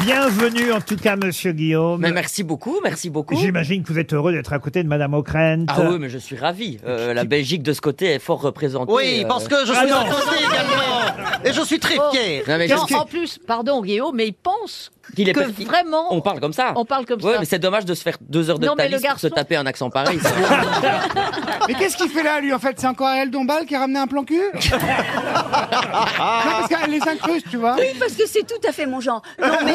Bienvenue en tout cas, monsieur Guillaume. Mais merci beaucoup, merci beaucoup. J'imagine que vous êtes heureux d'être à côté de Madame Ockrent. Ah oui, mais je suis ravi. La Belgique de ce côté est fort représentée. Oui, parce que je suis à côté également. Et je suis très fier. Non, mais Non, en plus, pardon Guillaume, mais il pense qu'il est que perti- vraiment On parle comme ça. on parle comme Ouais, ça. mais c'est dommage de se faire 2 heures de Non, mais Thalys le pour se garçon- taper un accent pareil. Mais qu'est-ce qu'il fait là, lui, en fait? C'est encore Ariel Dombal qui a ramené un plan cul? Non, parce qu'elle les incruste, tu vois. Oui, parce que c'est tout à fait mon genre. Non, mais.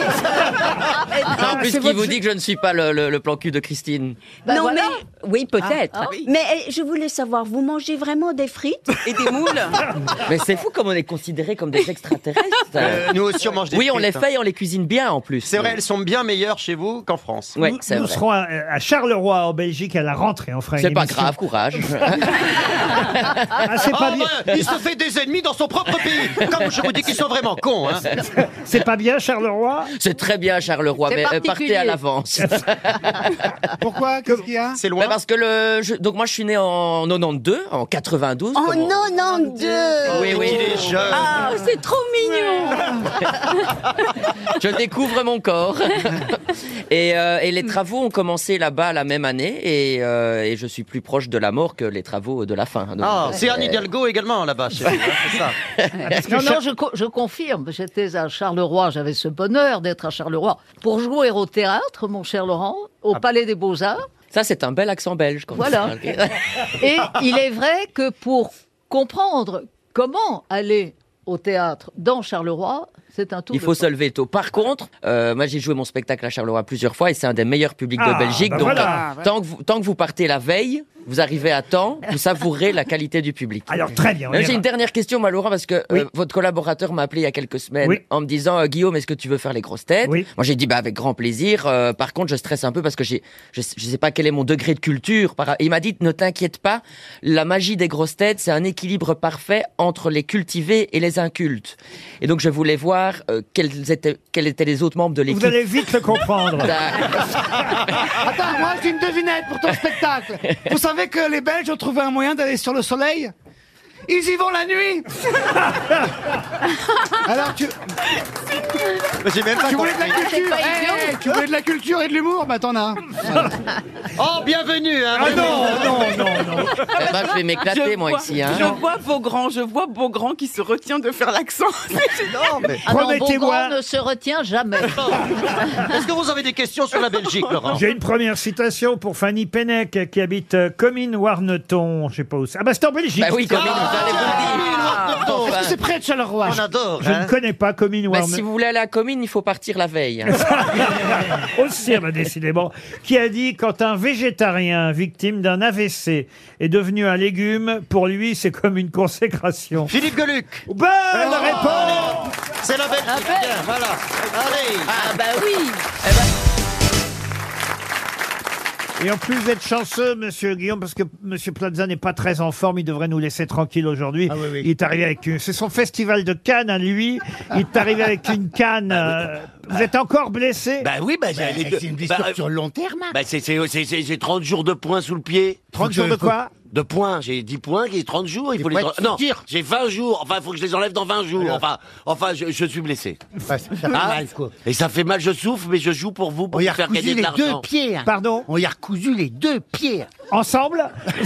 En plus, c'est qui votre- vous dit que je ne suis pas le plan cul de Christine? Bah non, voilà. mais. Oui, peut-être. Ah, oui. Mais je voulais savoir, vous mangez vraiment des frites et des moules? Mais c'est fou comme on est considérés comme des extraterrestres. Nous aussi, on mange des Oui, on les frites. fait et on les cuisine bien en plus. C'est vrai, elles sont bien meilleures chez vous qu'en France. Ouais, Nous, c'est nous vrai. serons à Charleroi, en Belgique, à la rentrée. On fera une C'est pas émission. grave, courage. Ah, c'est pas bien. Il se fait des ennemis dans son propre pays. Comme je vous dis qu'ils sont vraiment cons. Hein. C'est pas bien, Charleroi. C'est très bien Charleroi, C'est mais partez particulier. à l'avance. Pourquoi? Qu'est-ce qu'il y a? C'est Bah, loin. parce que donc moi je suis né en 92, en 92. En comme on- 92! Oui, oui. Il est jeune. Ah, c'est trop mignon! Je découvre mon corps. Et les travaux ont commencé là-bas la même année et je suis plus proche de la mort que les travaux de la fin. Donc, Ah, c'est Anne Hidalgo également là-bas chez vous. Hein, c'est ça. Non, non, je confirme. J'étais à Charleroi, j'avais ce bonheur d'être à Charleroi pour jouer au théâtre, mon cher Laurent, au Palais des Beaux-Arts. ça c'est un bel accent belge. Comme Voilà. ça, ok. Et il est vrai que pour comprendre comment aller au théâtre dans Charleroi, c'est un tour Il de faut force. se lever tôt. Par contre, moi j'ai joué mon spectacle à Charleroi plusieurs fois et c'est un des meilleurs publics Ah, de Belgique. bah donc voilà. tant que vous partez la veille, vous arrivez à temps, vous savourez la qualité du public. Alors, très bien. on J'ai ira. une dernière question, moi, Laurent, parce que Oui. votre collaborateur m'a appelé il y a quelques semaines Oui. en me disant Guillaume, est-ce que tu veux faire les grosses têtes? Oui. Moi, j'ai dit avec grand plaisir. Par contre, je stresse un peu parce que je sais pas quel est mon degré de culture. Et il m'a dit ne t'inquiète pas, la magie des grosses têtes, c'est un équilibre parfait entre les cultivés et les incultes. Et donc, je voulais voir quels étaient les autres membres de l'équipe. Vous allez vite le comprendre. Attends, moi, j'ai une devinette pour ton spectacle. Vous savez que les Belges ont trouvé un moyen d'aller sur le soleil? Ils y vont la nuit. Alors, Mais j'ai même pas tu voulais de la compris. culture? pas idiot. Hey, tu voulais de la culture et de l'humour? Bah, t'en as un. Oh, bienvenue. Hein, Ah non, non, non, non. Eh ben, je vais m'éclater, moi, ici. Hein. Je vois Beaugrand qui se retient de faire l'accent. Non, mais... Ah non, Promettez-moi. Beaugrand ne se retient jamais. Est-ce que vous avez des questions sur la Belgique, Laurent? J'ai une première citation pour Fanny Pennec qui habite Comines-Warneton. Je sais pas où c'est. Ah bah c'est en Belgique. Bah oui, comme vous allez vous le dire. Est-ce que c'est près de Charleroi? On adore. Je hein. ne connais pas Bah, Comines-Warneton. si vous voulez aller à Comines, il faut partir la veille. Hein. Aussi, bah, décidément. Qui a dit quand un végétarien victime d'un AVC est devenu un légume, pour lui c'est comme une consécration. Philippe Geluc. Bonne réponse. C'est la Belgique. Bien, voilà. Allez. Ah bah oui. Et en plus vous êtes chanceux, monsieur Guillaume, parce que monsieur Plaza n'est pas très en forme. Il devrait nous laisser tranquille aujourd'hui. Il est arrivé avec c'est son festival de Cannes à lui. Il est arrivé avec une canne. Vous êtes encore blessé? Bah oui, c'est une blessure sur le long terme. Bah j'ai 30 jours de points sous le pied. 30 jours de quoi? De points, j'ai 10 points, j'ai 30 jours, il faut les... Non, j'ai 20 jours, enfin, il faut que je les enlève dans 20 jours. Enfin, je suis blessé. Ça fait mal, quoi. Et ça fait mal, je souffre, mais je joue pour vous, pour On y vous a faire recousu gagner de les deux l'argent. pieds. Hein. Pardon? On y a recousu les deux pieds. Ensemble?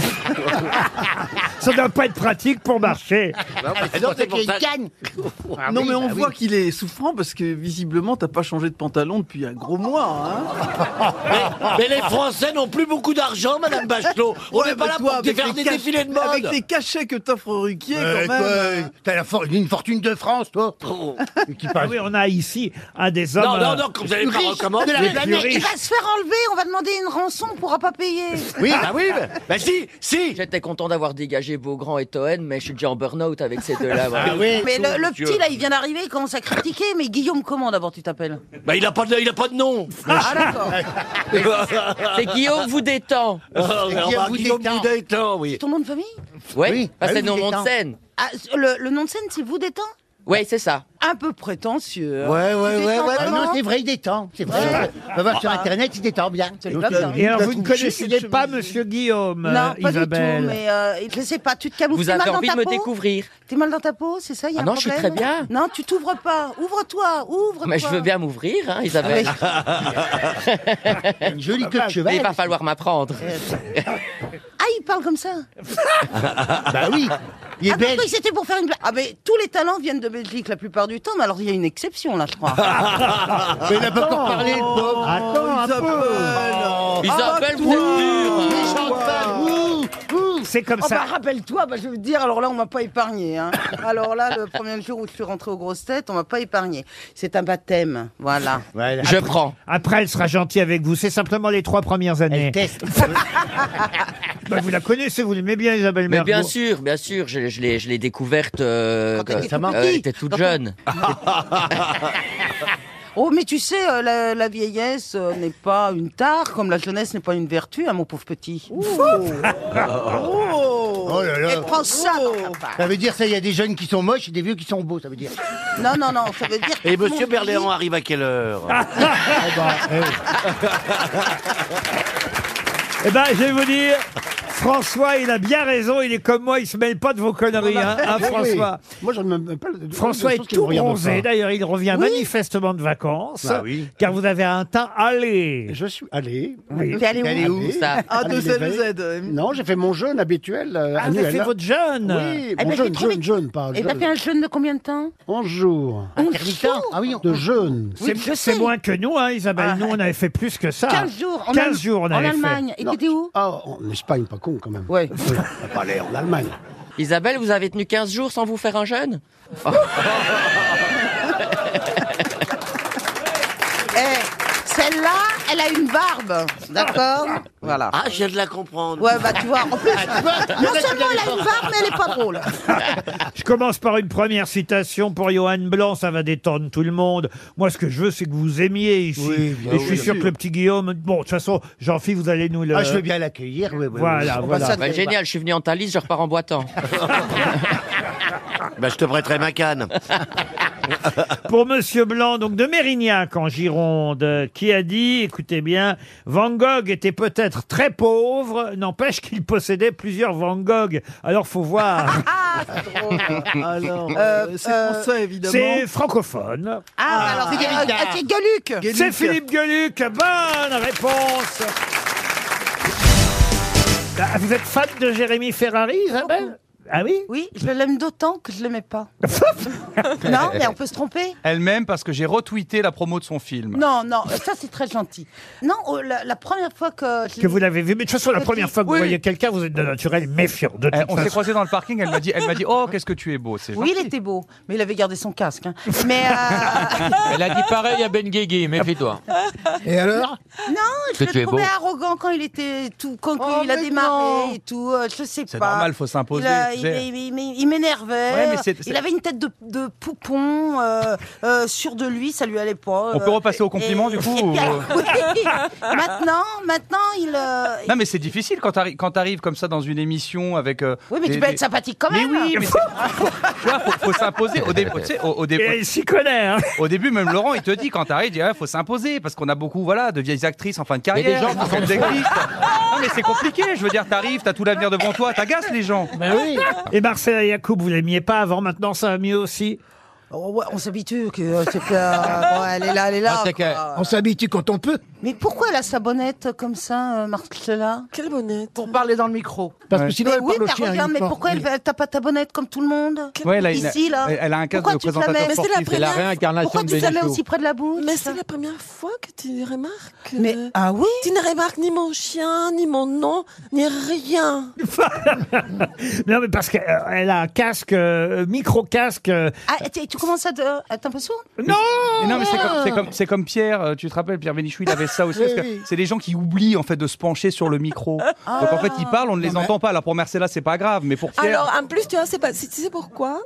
Ça doit pas être pratique pour marcher. C'est pour ça- Non mais on voit qu'il est souffrant parce que visiblement t'as pas changé de pantalon depuis un gros mois. Hein. mais les Français n'ont plus beaucoup d'argent, Madame Bachelot. On n'est pas là pour faire des défilés de mode. Avec les cachets que t'offre Ruquier quand Quoi, même. t'as une fortune de France, toi. Qui Ah passe. oui, on a ici un des hommes. Non, vous allez pas recommencer. les plus riches. se faire enlever, on va demander une rançon, on pourra pas payer. Oui, bah oui, bah si. J'étais content d'avoir dégagé Beaugrand et Toen, mais je suis déjà en burn-out avec ces deux-là. Voilà. oui. Mais le Dieu. petit là, il vient d'arriver, il commence à critiquer. Mais Guillaume, comment d'abord tu t'appelles? Bah il a pas de nom. Ah d'accord. C'est Guillaume vous détend. Guillaume Boudin, oui. Ton nom de famille? Ouais, Oui. parce que Ah c'est oui, mon vous nom de détend. scène. Ah, le nom de scène, c'est vous détend? Oui, c'est ça. Un peu prétentieux. Ouais. Ah non, c'est vrai, il détend. C'est vrai. On va voir sur Internet, il détend bien. Et alors, vous ne connaissiez pas Monsieur Guillaume, Non, pas Isabelle. du tout, mais je sais pas, tu te camoufles. Vous T'es avez mal dans envie ta de me peau découvrir. T'es mal dans ta peau, c'est ça, il y a Ah un non, je suis problème très bien. Non, tu t'ouvres pas. Ouvre-toi. Mais je veux bien m'ouvrir, hein, Isabelle. Une jolie queue de Mais cheval. il va falloir m'apprendre. Ah, il parle comme ça. Bah oui, il est Ah, belge. oui, c'était pour faire une blague. Ah, mais tous les talents viennent de Belgique la plupart du temps, mais alors il y a une exception là, je crois. Mais il n'a pas encore parlé, le pauvre. Attends un peu. Isabelle, vous êtes dure. Méchante femme. C'est comme Oh ça. bah rappelle-toi, je veux dire, alors là on m'a pas épargné. Hein. Alors là, le premier jour où je suis rentrée aux grosses têtes, on m'a pas épargné. C'est un baptême, voilà. Je prends. Après, elle sera gentille avec vous. C'est simplement les 3 premières années. Elle teste. Bah, vous la connaissez, vous l'aimez bien, Isabelle Mais Mergo. bien sûr, je l'ai découverte Quand elle était elle était toute jeune. Oh, mais tu sais, la vieillesse n'est pas une tare, comme la jeunesse n'est pas une vertu, hein, mon pauvre petit. Oh là là. Et prends ça dans ta part. Ça veut dire ça, il y a des jeunes qui sont moches et des vieux qui sont beaux, ça veut dire. Non, ça veut dire... Et que Monsieur mon Berléand arrive à quelle heure? Eh ben, je vais vous dire, François, il a bien raison. Il est comme moi, il se mêle pas de vos conneries, hein, François. Moi, je ne me pas. François est tout bronzé. D'ailleurs, il revient manifestement de vacances. Ah oui. Car vous avez un teint allé. Je suis allé. Oui. T'es allé où Ça. Ah, de Z. Non, j'ai fait mon jeûne habituel Ah, vous annuel. avez fait votre jeûne. Oui, Eh mon ben, j'ai trouvé- jeûne, pas Et t'as fait un jeûne de combien de temps? 11 jours. Ah oui, De jeûne. C'est je c'est sais. moins que nous, hein, Isabelle. Nous, on avait fait plus que ça. 15 jours. 15 jours, on en avait fait. Allemagne. Et t'étais où? Ah, en Espagne, pas con quand même. Ouais. Oui, on va pas aller en Allemagne. Isabelle, vous avez tenu 15 jours sans vous faire un jeûne? Celle-là, elle a une barbe. D'accord? Voilà. Ah, je viens de la comprendre. Ouais, bah tu vois, en plus, non seulement elle a une barbe, mais elle est pas drôle. Je commence par une première citation pour Johan Blanc, ça va détendre tout le monde. Moi, ce que je veux, c'est que vous aimiez ici. Oui, et je suis sûr que le petit Guillaume... Bon, de toute façon, Jean-Philippe, vous allez nous le... Ah, je veux bien l'accueillir. Oui, oui, Voilà, oui. voilà. Bah, génial, je suis venu en Thalys, je repars en boitant. Bah, je te prêterai ma canne. Pour Monsieur Blanc, donc de Mérignac en Gironde, qui a dit, écoutez bien, Van Gogh était peut-être très pauvre, n'empêche qu'il possédait plusieurs Van Gogh. Alors faut voir. Alors, c'est français, évidemment. C'est francophone. Alors, c'est Gueuluc. C'est Philippe Gueluc. Bonne réponse. Ah, vous êtes fan de Jérémy Ferrari, Isabelle? Ah oui? Oui, je l'aime d'autant que je l'aimais pas. Non, mais on peut se tromper. Elle-même parce que j'ai retweeté la promo de son film. Non, ça c'est très gentil. Non, la première fois que... Que vous l'avez vu. Mais de toute façon, la première fois que vous Oui. voyez quelqu'un, vous êtes de naturel méfiant. De toute On s'est façon. croisés dans le parking, elle m'a dit oh, qu'est-ce que tu es beau. C'est Oui, il gentil. était beau, mais il avait gardé son casque. Hein. Mais Elle a dit pareil à Ben Guigui, méfie-toi. Et alors? non, Que je tu es le trouvais beau. arrogant quand il était tout, quand Oh, il a mais démarré non. et tout. Je sais C'est pas. normal, faut s'imposer. Il, tu sais. il m'énervait. Ouais, mais c'est- Il avait une tête de poupon, sûr de lui, ça lui allait pas. On peut repasser au compliment, du coup, et puis, ou- oui. Maintenant, il. Non, mais c'est difficile quand t'arrives comme ça dans une émission avec. Oui, mais tu peux être sympathique quand même. Mais oui, mais tu vois, faut s'imposer. Au début, tu sais, Et elle s'y connaît, hein. au début, même Laurent, il te dit quand t'arrives, il dit faut s'imposer parce qu'on a beaucoup, voilà, de vieilles actrices en fin de carrière. des gens qui sont des actrices. Non, mais c'est compliqué. Je veux dire, t'arrives, t'as tout l'avenir devant toi, t'agaces les gens. Et Marcella Yacoub, vous l'aimiez pas avant, maintenant ça va mieux aussi? Oh, ouais, on s'habitue que c'est que bon, elle est là. Ah, c'est que- quoi. On s'habitue quand on peut. Mais pourquoi elle a sa bonnette comme ça, Marcella? Quelle bonnette? Pour parler dans le micro. Parce Ouais. que sinon, Mais elle oui, parle au mais chien. regarde, mais uniquement. pourquoi t'as pas ta bonnette comme tout le monde? Ouais, elle a Ici, là. elle a un casque Pourquoi de tu te la présentateur mets? Mais c'est sportif. C'est la réincarnation Pourquoi de tu te la mets Bénichou. aussi près de la bouche? Mais c'est la première fois que tu remarques. Mais ah oui? Tu ne remarques ni mon chien, ni mon nom, ni rien. Non, mais parce qu'elle a un casque, micro-casque. Ah, tu commences à être un peu sourd? Non! Et non, mais c'est comme Pierre, tu te rappelles, Pierre Bénichou, il avait ça aussi. Parce que c'est des gens qui oublient en fait de se pencher sur le micro. Donc en fait, ils parlent, on ne les entend pas. Alors pour Marcella, c'est pas grave, mais pour Pierre. Alors, en plus, tu vois, tu sais pourquoi?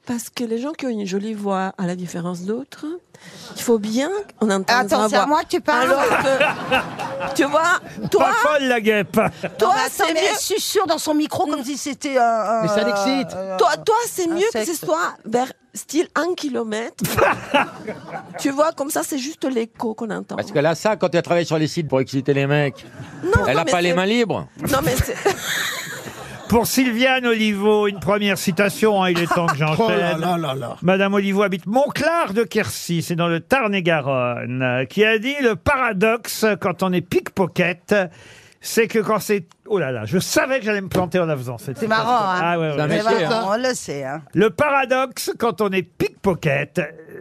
Parce que les gens qui ont une jolie voix, à la différence d'autres, il faut bien qu'on entende Attends, la c'est à voix. moi que tu parles. Alors que, tu vois, toi, Pas folle, la guêpe. toi, c'est mais mieux. elle susurre dans son micro comme si c'était un. Mais ça l'excite. Toi, c'est mieux que ce sexe. soit vers style 1 kilomètre. Tu vois, comme ça, c'est juste l'écho qu'on entend. Parce que là, ça, quand elle travaille sur les sites pour exciter les mecs, elle non, a mais pas les c'est- mains libres. Non, mais c'est... Pour Sylviane Olivo, une première citation, hein, il est temps que j'enchaîne. Oh là là là là. Madame Olivo habite Montclar de Quercy, c'est dans le Tarn-et-Garonne, qui a dit le paradoxe quand on est pickpocket, c'est que quand c'est... Oh là là, je savais que j'allais me planter en la faisant. C'est marrant, hein. Ah ouais, ouais. C'est un Mais métier, voilà, hein. on le sait, hein. Le paradoxe quand on est pickpocket,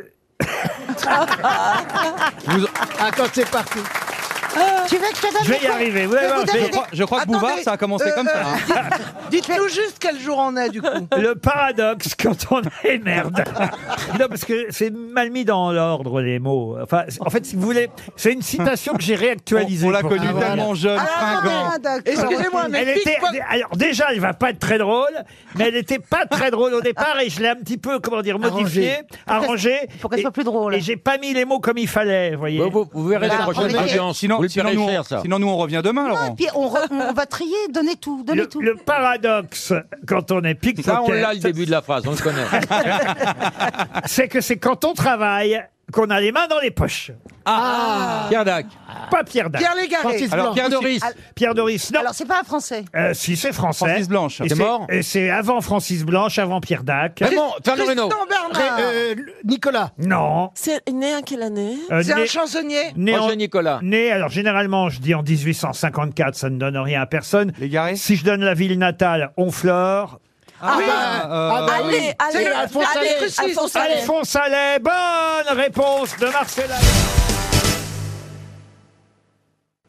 Ah, quand c'est parti. Tu veux que je te donne je vais y des- arriver. Vous allez voir, Je crois que Attendez, Bouvard, ça a commencé comme ça. hein. Dites-nous juste quel jour on est, du coup. Le paradoxe quand on est merde. Non, parce que c'est mal mis dans l'ordre les mots. Enfin, en fait, si vous voulez, c'est une citation que j'ai réactualisée. On l'a pour connue tout. tellement jeune, fringant. Ah, d'accord. Excusez-moi, mais Elle était, pickpocket- alors déjà, elle va pas être très drôle, mais elle était pas très drôle au départ et je l'ai un petit peu, comment dire, modifiée, arrangée. Pour qu'elle soit plus drôle. Et j'ai pas mis les mots comme il fallait, vous voyez. Vous verrez les Bah, prochaines on est- audiences. Sinon, Vous le sinon, paierez nous, cher, ça. sinon, nous, on revient demain, Laurent. Puis on va trier, donnez tout, donnez tout. Le paradoxe quand on est pickpocket, Ça, on l'a le début de la phrase, on le connaît. c'est que c'est quand on travaille qu'on a les mains dans les poches. Pierre Dac. Pas Pierre Dac. Pierre Légaré. Francis Alors, Blanc. Pierre Doris. Pierre Doris, non. Alors, c'est pas un français. Si, c'est français. Francis Blanche. Et C'est mort Et c'est avant Francis Blanche, avant Pierre Dac. Raymond, Fernand Reynaud. Tristan Bernard. Nicolas. Non. C'est né à quelle année? C'est Né- un chansonnier. né en- Roger Nicolas. Né, alors généralement, je dis en 1854, ça ne donne rien à personne. Légaré. Si je donne la ville natale, Honfleur. Ah, oui. Allez, C'est allez, Alphonse allez, Allais. Alphonse Allais. Alphonse Allais, bonne réponse de Marcella.